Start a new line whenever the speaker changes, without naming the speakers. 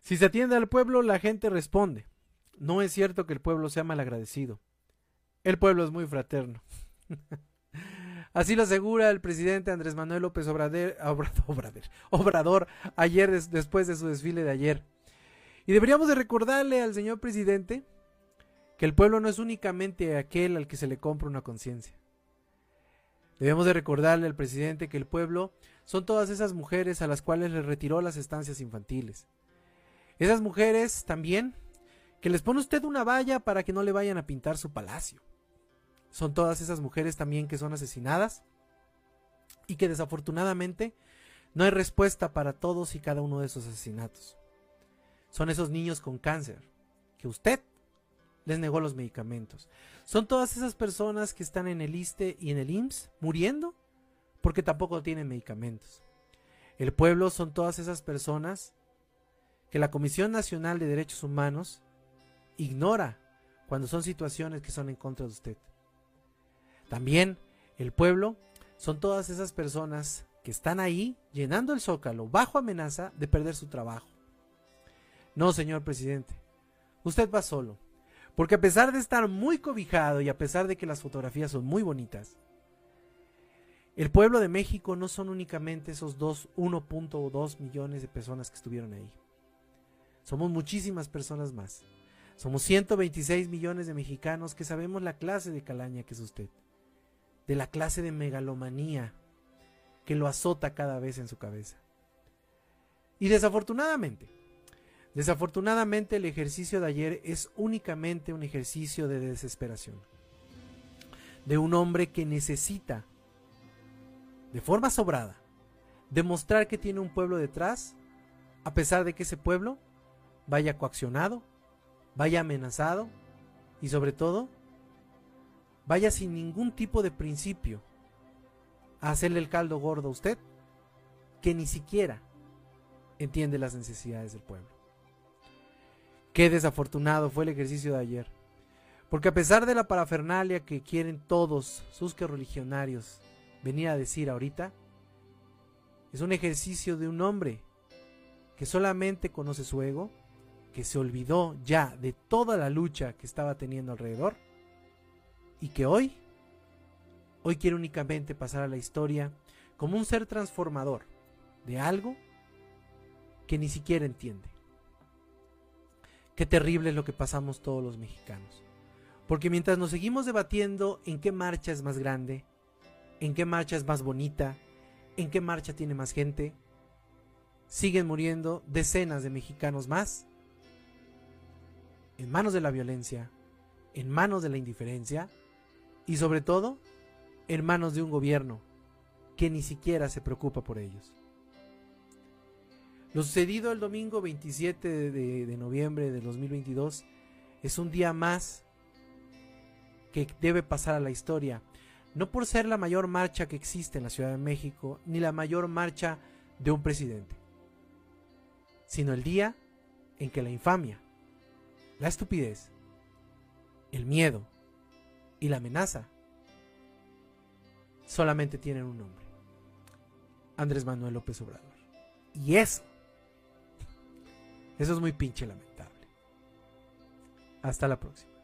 Si se atiende al pueblo, la gente responde. No es cierto que el pueblo sea malagradecido. El pueblo es muy fraterno. Así lo asegura el presidente Andrés Manuel López Obrador ayer después de su desfile de ayer. Y deberíamos de recordarle al señor presidente que el pueblo no es únicamente aquel al que se le compra una conciencia. Debemos de recordarle al presidente que el pueblo son todas esas mujeres a las cuales le retiró las estancias infantiles. Esas mujeres también que les pone usted una valla para que no le vayan a pintar su palacio. Son todas esas mujeres también que son asesinadas y que desafortunadamente no hay respuesta para todos y cada uno de esos asesinatos. Son esos niños con cáncer que usted les negó los medicamentos. Son todas esas personas que están en el ISSSTE y en el IMSS muriendo porque tampoco tienen medicamentos. El pueblo son todas esas personas que la Comisión Nacional de Derechos Humanos ignora cuando son situaciones que son en contra de usted. También el pueblo son todas esas personas que están ahí llenando el Zócalo bajo amenaza de perder su trabajo. No, señor presidente, usted va solo, porque a pesar de estar muy cobijado y a pesar de que las fotografías son muy bonitas, el pueblo de México no son únicamente esos 1.2 millones de personas que estuvieron ahí. Somos muchísimas personas más. Somos 126 millones de mexicanos que sabemos la clase de calaña que es usted, de la clase de megalomanía que lo azota cada vez en su cabeza. Y desafortunadamente el ejercicio de ayer es únicamente un ejercicio de desesperación, de un hombre que necesita, de forma sobrada, demostrar que tiene un pueblo detrás, a pesar de que ese pueblo vaya coaccionado, vaya amenazado y sobre todo vaya sin ningún tipo de principio a hacerle el caldo gordo a usted, que ni siquiera entiende las necesidades del pueblo. Qué desafortunado fue el ejercicio de ayer, porque a pesar de la parafernalia que quieren todos sus correligionarios venir a decir ahorita, es un ejercicio de un hombre que solamente conoce su ego, que se olvidó ya de toda la lucha que estaba teniendo alrededor y que hoy quiere únicamente pasar a la historia como un ser transformador de algo que ni siquiera entiende. Qué terrible es lo que pasamos todos los mexicanos, porque mientras nos seguimos debatiendo en qué marcha es más grande, en qué marcha es más bonita, en qué marcha tiene más gente, siguen muriendo decenas de mexicanos más en manos de la violencia, en manos de la indiferencia y sobre todo en manos de un gobierno que ni siquiera se preocupa por ellos. Lo sucedido el domingo 27 de noviembre de 2022 es un día más que debe pasar a la historia, no por ser la mayor marcha que existe en la Ciudad de México ni la mayor marcha de un presidente, sino el día en que la infamia, la estupidez, el miedo y la amenaza solamente tienen un nombre: Andrés Manuel López Obrador. Y eso es muy pinche lamentable. Hasta la próxima.